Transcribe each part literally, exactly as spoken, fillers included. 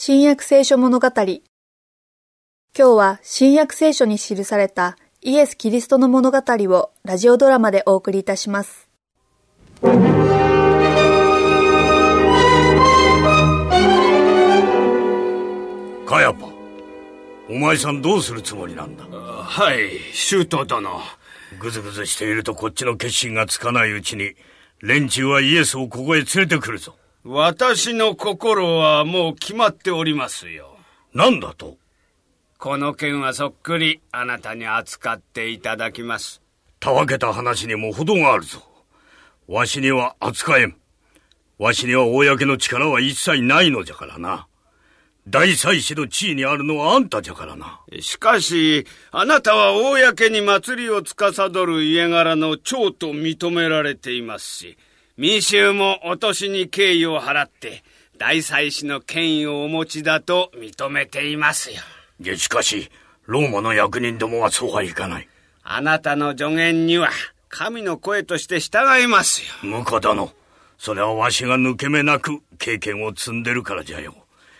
新約聖書物語。今日は新約聖書に記されたイエス・キリストの物語をラジオドラマでお送りいたします。 カヤパ、お前さんどうするつもりなんだ？ はい、シュート殿。 ぐずぐずしているとこっちの決心がつかないうちに、連中はイエスをここへ連れてくるぞ。 私の心はもう決まっておりますよ。 なんだと？ この件はそっくりあなたに扱っていただきます。 たわけた話にも程があるぞ。わしには扱えん。わしには公の力は一切ないのじゃからな。大祭司の地位にあるのはあんたじゃからな。 しかし、あなたは公に祭りを司る家柄の長と認められていますし、民衆もお年に敬意を払って、大祭司の権威をお持ちだと認めていますよ。 いや、しかし、ローマの役人どもはそうはいかない。 あなたの助言には、神の声として従いますよ。 婿殿、それはわしが抜け目なく経験を積んでるからじゃよ。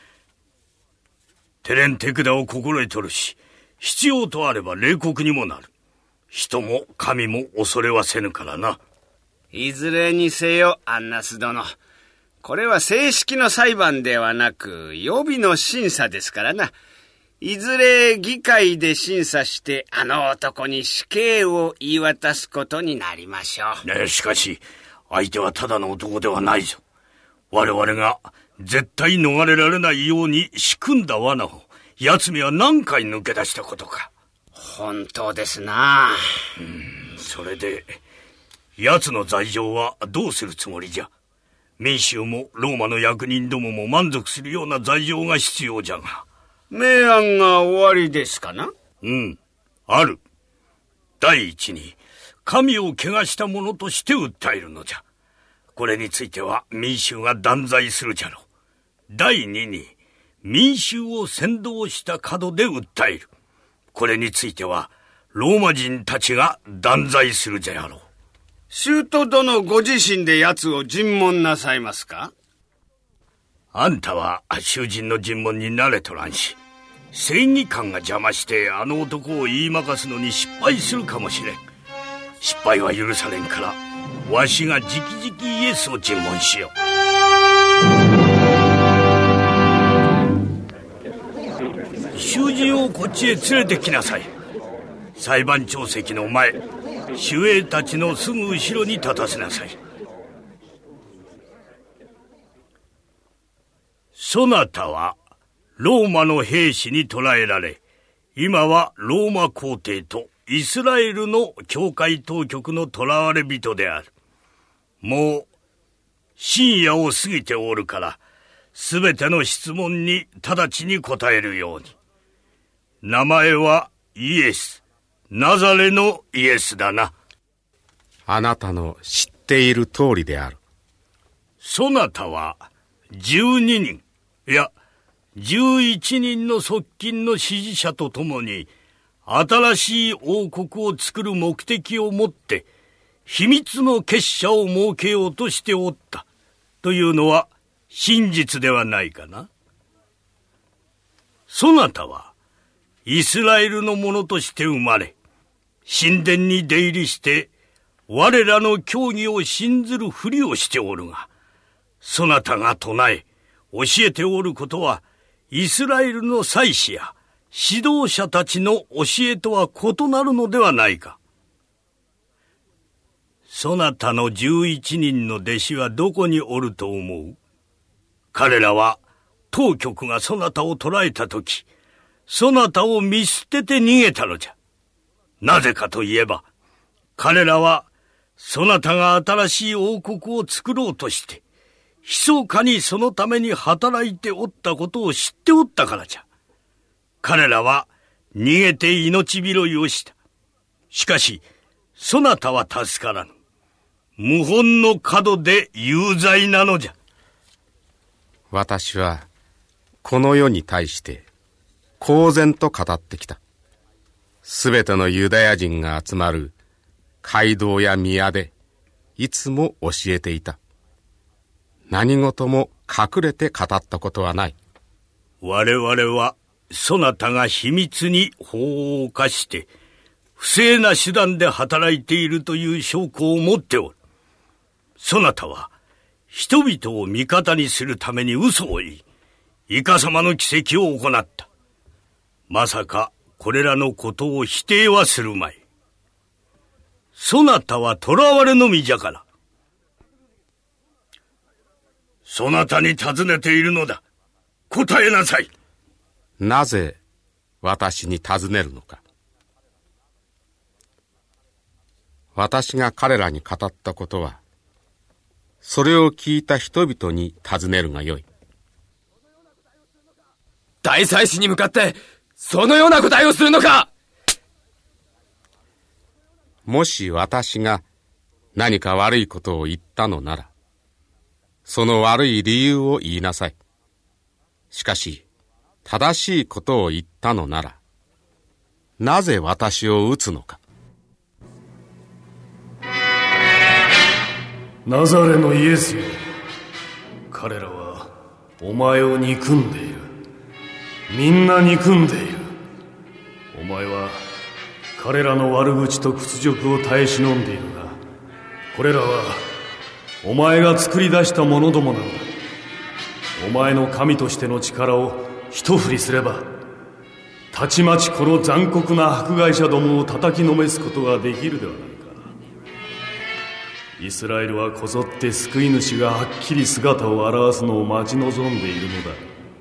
手練手管を心得とるし、必要とあれば冷酷にもなる。人も神も恐れはせぬからな。 いずれにせよ、アンナス殿。これは正式の裁判ではなく、予備の審査ですからな。いずれ議会で審査して、あの男に死刑を言い渡すことになりましょう。 ねえ、しかし、相手はただの男ではないぞ。我々が絶対逃れられないように仕組んだ罠を、奴めは何回抜け出したことか。 本当ですな。 うん、それで、奴の罪状はどうするつもりじゃ？民衆もローマの役人どもも満足するような罪状が必要じゃが。 明暗が終わりですかな？ うん、ある。第一に、神を汚した者として訴えるのじゃ。これについては民衆が断罪するじゃろう。第二に、民衆を扇動した門で訴える。これについては、ローマ人たちが断罪するじゃろう。 シュート殿ご自身で奴を尋問なさいますか？ あんたは囚人の尋問に慣れとらんし、正義感が邪魔してあの男を言いまかすのに失敗するかもしれん。失敗は許されんから、わしが直々イエスを尋問しよう。囚人をこっちへ連れてきなさい。裁判長席の前、守衛たちのすぐ後ろに立たせなさい。そなたはローマの兵士に捕らえられ、今はローマ皇帝とイスラエルの教会当局の囚われ人である。もう深夜を過ぎておるから、すべての質問に直ちに答えるように。名前はイエス、ナザレのイエスだな。 あなたの知っている通りである。 そなたはじゅうににん、いやじゅういちにんの側近の支持者と共に、新しい王国を作る目的をもって秘密の結社を設けようとしておったというのは真実ではないかな。そなたはイスラエルの者として生まれ、神殿に出入りして我らの教義を信ずるふりをしておるが、そなたが唱え教えておることはイスラエルの祭司や指導者たちの教えとは異なるのではないか。そなたのじゅういちにんの弟子はどこにおると思う？彼らは当局がそなたを捕らえたとき、そなたを見捨てて逃げたのじゃ。なぜかといえば、彼らはそなたが新しい王国を作ろうとして、密かにそのために働いておったことを知っておったからじゃ。彼らは逃げて命拾いをした。しかし、そなたは助からぬ。謀反の門で有罪なのじゃ。 私はこの世に対して公然と語ってきた。すべてのユダヤ人が集まる街道や宮でいつも教えていた。何事も隠れて語ったことはない。 我々はそなたが秘密に法を犯して不正な手段で働いているという証拠を持っておる。そなたは人々を味方にするために嘘を言い、イカ様の奇跡を行った。まさかこれらのことを否定はするまい。そなたは囚われの身じゃから。そなたに尋ねているのだ。答えなさい。 なぜ私に尋ねるのか。私が彼らに語ったことは、それを聞いた人々に尋ねるがよい。 大祭司に向かってそのような答えをするのか。 もし私が何か悪いことを言ったのなら、その悪い理由を言いなさい。しかし、正しいことを言ったのなら、なぜ私を撃つのか。 ナザレのイエスよ、彼らはお前を憎んでいる。みんな憎んでいる。お前は彼らの悪口と屈辱を耐え忍んでいるが、これらはお前が作り出したものどもなのだ。お前の神としての力を一振りすれば、たちまちこの残酷な迫害者どもを叩きのめすことができるではないか。イスラエルはこぞって救い主がはっきり姿を現すのを待ち望んでいるのだ。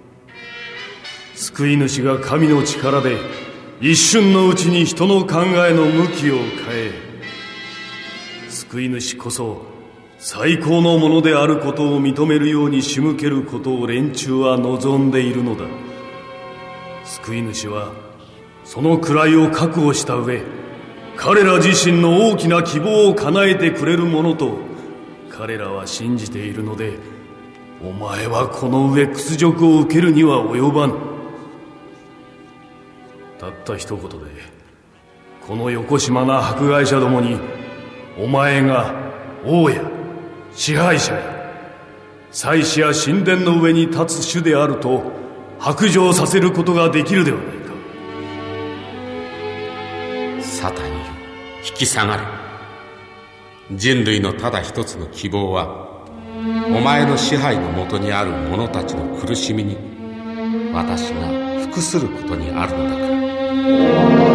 救い主が神の力で一瞬のうちに人の考えの向きを変え、救い主こそ最高のものであることを認めるように仕向けることを連中は望んでいるのだ。救い主はその位を覚悟した上、彼ら自身の大きな希望を叶えてくれるものと彼らは信じているので、お前はこの上屈辱を受けるには及ばぬ。たった一言でこのよこしまな迫害者どもに、お前が王や支配者や祭司や神殿の上に立つ主であると白状させることができるではないか。 サタンよ、引き下がれ。人類のただ一つの希望は、お前の支配のもとにある者たちの苦しみに私が服することにあるのだから。